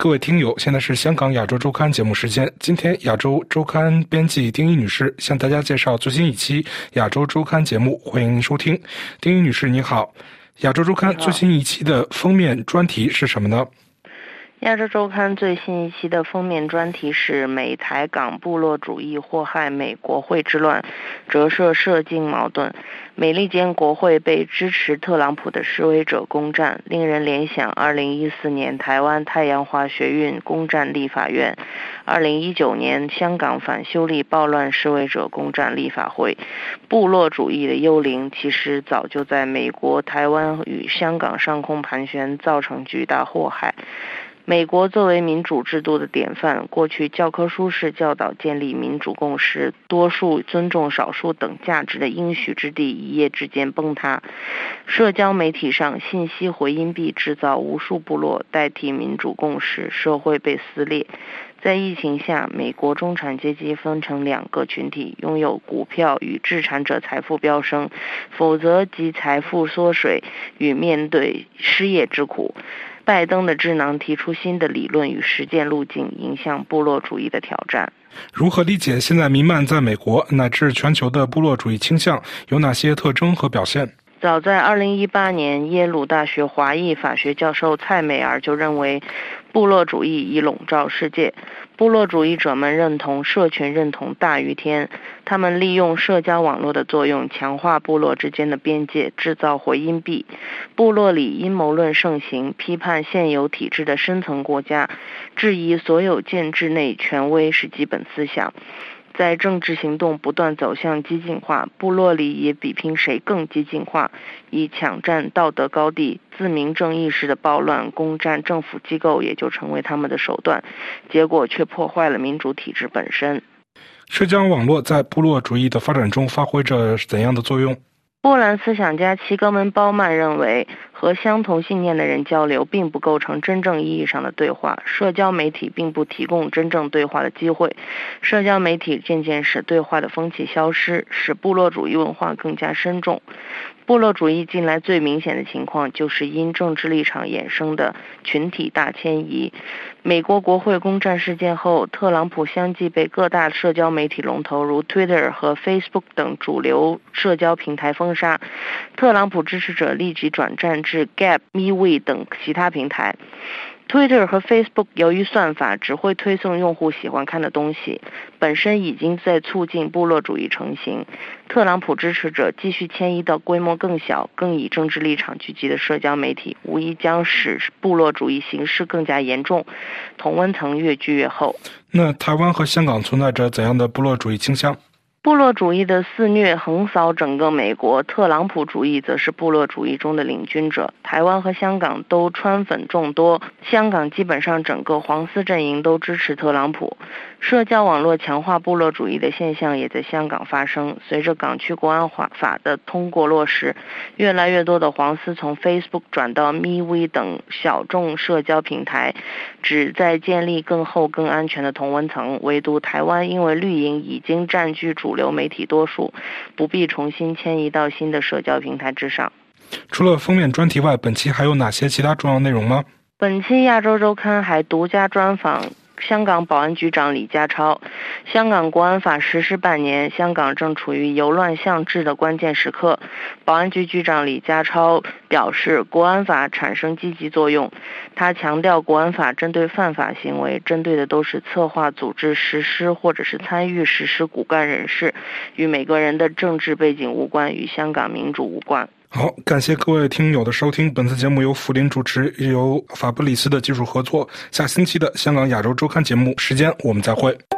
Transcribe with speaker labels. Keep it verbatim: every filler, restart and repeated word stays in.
Speaker 1: 各位听友，现在是香港亚洲周刊节目时间。今天亚洲周刊编辑丁一女士向大家介绍最新一期亚洲周刊节目，欢迎您收听。丁一女士你好，亚洲周刊最新一期的封面专题是什么呢？
Speaker 2: 亚洲周刊最新一期的封面专题是美台港部落主义祸害美国会之乱，折射涉境矛盾。美利坚国会被支持特朗普的示威者攻占，令人联想二零一四年台湾太阳花学运攻占立法院，二零一九年香港反修例暴乱示威者攻占立法会。部落主义的幽灵其实早就在美国、台湾与香港上空盘旋，造成巨大祸害。美国作为民主制度的典范，过去教科书式教导建立民主共识、多数尊重少数等价值的应许之地一夜之间崩塌。社交媒体上信息回音壁制造无数部落，代替民主共识，社会被撕裂。在疫情下，美国中产阶级分成两个群体，拥有股票与置产者财富飙升，否则即财富缩水与面对失业之苦。拜登的智囊提出新的理论与实践路径，迎向部落主义的挑战。
Speaker 1: 如何理解现在弥漫在美国乃至全球的部落主义倾向，有哪些特征和表现？
Speaker 2: 早在二零一八年，耶鲁大学华裔法学教授蔡美儿就认为，部落主义已笼罩世界。部落主义者们认同社群认同大于天，他们利用社交网络的作用，强化部落之间的边界，制造回音壁。部落里阴谋论盛行，批判现有体制的深层国家，质疑所有建制内权威是基本思想。在政治行动不断走向激进化，部落里也比拼谁更激进化，以抢占道德高地，自鸣正义式的暴乱攻占政府机构也就成为他们的手段，结果却破坏了民主体制本身。
Speaker 1: 社交网络在部落主义的发展中发挥着怎样的作用？
Speaker 2: 波兰思想家齐格门·鲍曼认为，和相同信念的人交流并不构成真正意义上的对话，社交媒体并不提供真正对话的机会，社交媒体渐渐使对话的风气消失，使部落主义文化更加深重。部落主义近来最明显的情况就是因政治立场衍生的群体大迁移。美国国会攻占事件后，特朗普相继被各大社交媒体龙头如 Twitter 和 Facebook 等主流社交平台封杀，特朗普支持者立即转战至 Gab、MeWe 等其他平台。Twitter 和 Facebook 由于算法只会推送用户喜欢看的东西，本身已经在促进部落主义成型。特朗普支持者继续迁移到规模更小、更以政治立场聚集的社交媒体，无疑将使部落主义形势更加严重，同温层越聚越厚。
Speaker 1: 那台湾和香港存在着怎样的部落主义倾向？
Speaker 2: 部落主义的肆虐横扫整个美国，特朗普主义则是部落主义中的领军者。台湾和香港都川粉众多，香港基本上整个黄丝阵营都支持特朗普。社交网络强化部落主义的现象也在香港发生。随着港区国安法的通过落实，越来越多的黄丝从 Facebook 转到 MeWe 等小众社交平台，旨在建立更厚更安全的同温层。唯独台湾因为绿营已经占据主流媒体多数，不必重新迁移到新的社交平台之上。
Speaker 1: 除了封面专题外，本期还有哪些其他重要内容吗？
Speaker 2: 本期亚洲周刊还独家专访香港保安局长李家超。香港国安法实施半年，香港正处于由乱向治的关键时刻。保安局局长李家超表示，国安法产生积极作用。他强调，国安法针对犯法行为，针对的都是策划、组织、实施或者是参与实施骨干人士，与每个人的政治背景无关，与香港民主无关。
Speaker 1: 好，感谢各位听友的收听。本次节目由福林主持，由法布里斯的技术合作。下星期的香港亚洲周刊节目时间，我们再会。